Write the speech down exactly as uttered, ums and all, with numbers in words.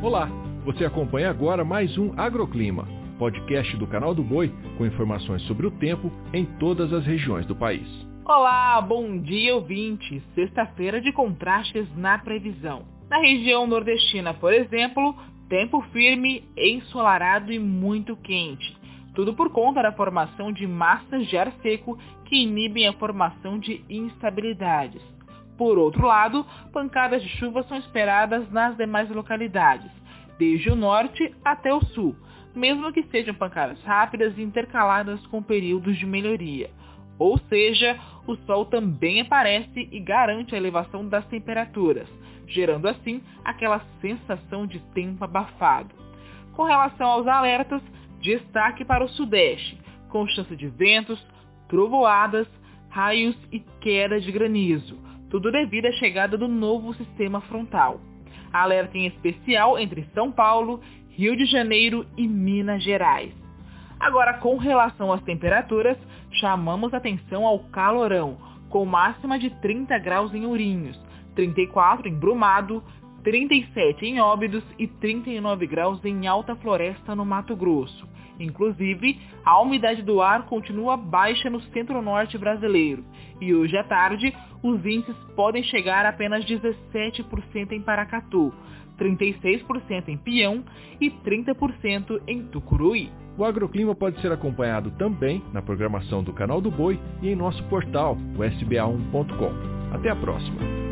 Olá, você acompanha agora mais um Agroclima, podcast do Canal do Boi com informações sobre o tempo em todas as regiões do país. Olá, bom dia ouvinte, sexta-feira de contrastes na previsão. Na região nordestina, por exemplo, tempo firme, ensolarado e muito quente. Tudo por conta da formação de massas de ar seco que inibem a formação de instabilidades. Por outro lado, pancadas de chuva são esperadas nas demais localidades, desde o norte até o sul, mesmo que sejam pancadas rápidas e intercaladas com períodos de melhoria. Ou seja, o sol também aparece e garante a elevação das temperaturas, gerando assim aquela sensação de tempo abafado. Com relação aos alertas, destaque para o sudeste, com chance de ventos, trovoadas, raios e queda de granizo, tudo devido à chegada do novo sistema frontal. Alerta em especial entre São Paulo, Rio de Janeiro e Minas Gerais. Agora, com relação às temperaturas, chamamos atenção ao calorão, com máxima de trinta graus em Ourinhos, trinta e quatro em Brumado, trinta e sete em Óbidos e trinta e nove graus em Alta Floresta, no Mato Grosso. Inclusive, a umidade do ar continua baixa no centro-norte brasileiro e hoje à tarde os índices podem chegar a apenas dezessete por cento em Paracatu, trinta e seis por cento em Pião e trinta por cento em Tucuruí. O Agroclima pode ser acompanhado também na programação do Canal do Boi e em nosso portal, o S B A um ponto com. Até a próxima!